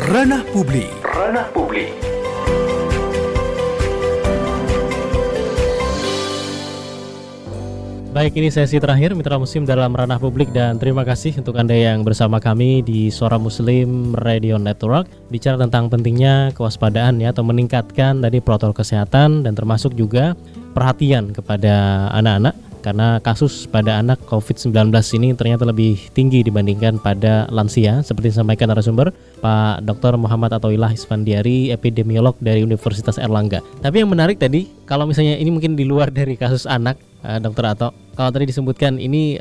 Ranah Publik. Ranah Publik. Baik, ini sesi terakhir Mitra Muslim dalam Ranah Publik, dan terima kasih untuk Anda yang bersama kami di Suara Muslim Radio Network. Bicara tentang pentingnya kewaspadaan ya, atau meningkatkan tadi protokol kesehatan dan termasuk juga perhatian kepada anak-anak, karena kasus pada anak COVID-19 ini ternyata lebih tinggi dibandingkan pada lansia, seperti disampaikan narasumber Pak Dr. Muhammad Athoillah Isfandiari, epidemiolog dari Universitas Airlangga. Tapi yang menarik tadi, kalau misalnya ini mungkin di luar dari kasus anak, Dokter Ato, kalau tadi disebutkan ini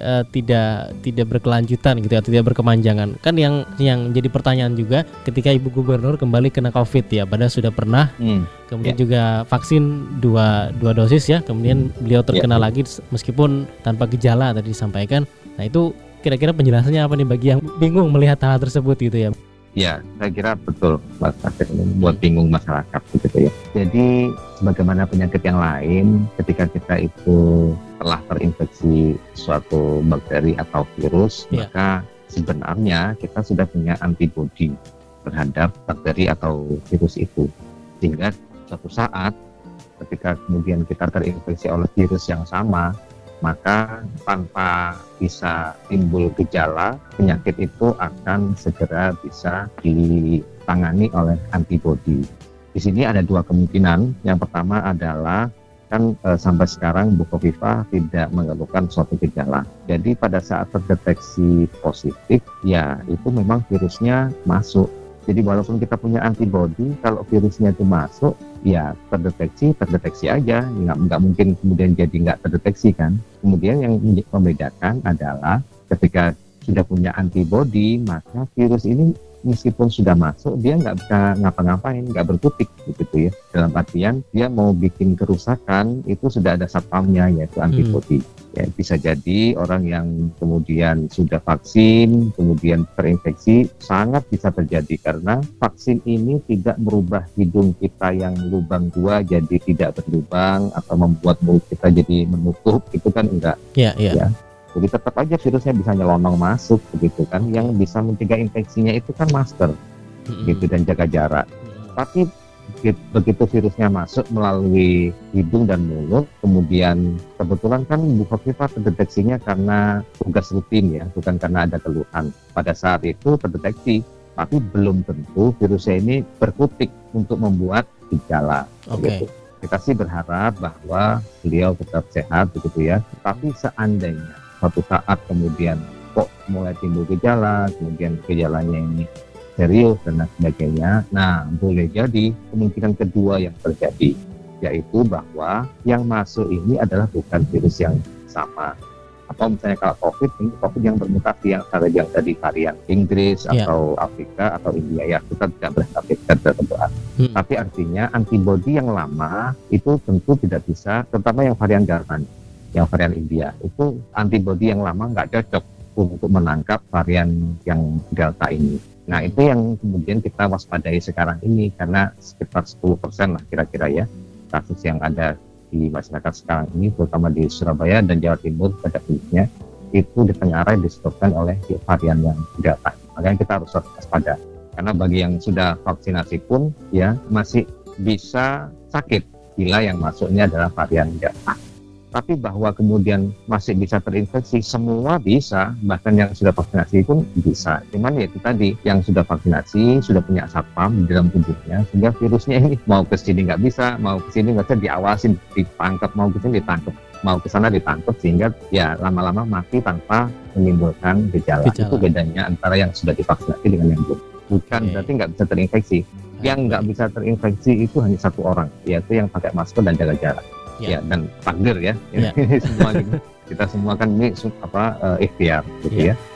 tidak berkelanjutan gitu ya, tidak berkemanjangan. Kan yang jadi pertanyaan juga ketika Ibu Gubernur kembali kena COVID ya, padahal sudah pernah, kemudian juga vaksin dua dosis ya, kemudian beliau terkena lagi meskipun tanpa gejala tadi disampaikan. Nah itu kira-kira penjelasannya apa nih bagi yang bingung melihat hal tersebut gitu ya? Ya, saya kira betul Mas Fasir, ini buat bingung masyarakat gitu ya. Jadi sebagaimana penyakit yang lain, ketika kita itu telah terinfeksi suatu bakteri atau virus, maka sebenarnya kita sudah punya antibodi terhadap bakteri atau virus itu. Sehingga suatu saat ketika kemudian kita terinfeksi oleh virus yang sama, maka tanpa bisa timbul gejala, penyakit itu akan segera bisa ditangani oleh antibodi. Di sini ada dua kemungkinan. Yang pertama adalah sampai sekarang Bu Khofifah tidak mengeluhkan suatu gejala. Jadi pada saat terdeteksi positif, ya itu memang virusnya masuk. Jadi walaupun kita punya antibodi, kalau virusnya itu masuk, ya terdeteksi aja, nggak mungkin kemudian jadi nggak terdeteksi kan. Kemudian yang membedakan adalah ketika sudah punya antibodi, maka virus ini meskipun sudah masuk, dia nggak bisa ngapa-ngapain, nggak berkutik gitu ya. Dalam artian dia mau bikin kerusakan itu sudah ada satpamnya, yaitu antibodi. Ya, bisa jadi orang yang kemudian sudah vaksin, kemudian terinfeksi, sangat bisa terjadi karena vaksin ini tidak merubah hidung kita yang lubang 2 jadi tidak berlubang atau membuat mulut kita jadi menutup, itu kan enggak. Ya. Jadi tetap aja virusnya bisa nyelonong masuk begitu kan. Yang bisa mencegah infeksinya itu kan masker gitu dan jaga jarak. Tapi begitu virusnya masuk melalui hidung dan mulut, kemudian kebetulan kan Bu Khofifah terdeteksinya karena tugas rutin ya, bukan karena ada keluhan. Pada saat itu terdeteksi, tapi belum tentu virusnya ini berkutik untuk membuat gejala. Gitu. Kita sih berharap bahwa beliau tetap sehat begitu ya. Tapi seandainya suatu saat kemudian kok mulai timbul gejala, kemudian gejalanya ini serius dan sebagainya, nah boleh jadi kemungkinan kedua yang terjadi, yaitu bahwa yang masuk ini adalah bukan virus yang sama. Atau misalnya kalau COVID yang bermutasi, yang tadi varian Inggris atau Afrika atau India, ya kita tidak berharap, kita tidak berdoa. Tapi artinya antibodi yang lama itu tentu tidak bisa, terutama yang varian Jerman, yang varian India, itu antibodi yang lama nggak cocok untuk menangkap varian yang Delta ini. Nah itu yang kemudian kita waspadai sekarang ini, karena sekitar 10% lah kira-kira ya kasus yang ada di masyarakat sekarang ini, terutama di Surabaya dan Jawa Timur pada khususnya, itu ditengarai disebabkan oleh varian yang Delta. Makanya kita harus waspada, karena bagi yang sudah vaksinasi pun ya masih bisa sakit bila yang masuknya adalah varian Delta. Tapi bahwa kemudian masih bisa terinfeksi, semua bisa, bahkan yang sudah vaksinasi pun bisa. Cuman ya itu tadi, yang sudah vaksinasi, sudah punya satpam di dalam tubuhnya, sehingga virusnya ini mau ke sini nggak bisa, mau ke sini nggak bisa, diawasin, ditangkap, mau ke sini ditangkap, mau ke sana ditangkap, sehingga ya lama-lama mati tanpa menimbulkan gejala. Itu bedanya antara yang sudah divaksinasi dengan yang belum. Bukan berarti nggak bisa terinfeksi. Yang nggak bisa terinfeksi itu hanya satu orang, yaitu yang pakai masker dan jaga jarak. Ya, dan takdir ya. Ini semua gitu. Kita semua kan ini ikhtiar gitu ya.